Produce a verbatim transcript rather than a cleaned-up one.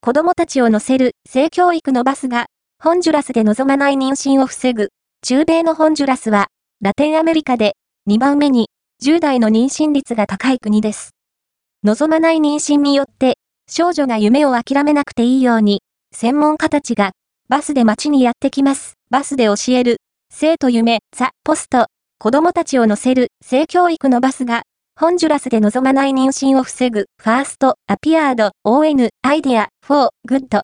子供たちを乗せる性教育のバスが、ホンジュラスで望まない妊娠を防ぐ。中米のホンジュラスは、ラテンアメリカでにばんめにじゅう代の妊娠率が高い国です。望まない妊娠によって、少女が夢を諦めなくていいように、専門家たちが、バスで街にやってきます。バスで教える。性と夢、ザ・ポスト。子供たちを乗せる性教育のバスが、ホンジュラスで望まない妊娠を防ぐ。ファースト、アピアード、オーエヌ、アイデア、フォー、グッド。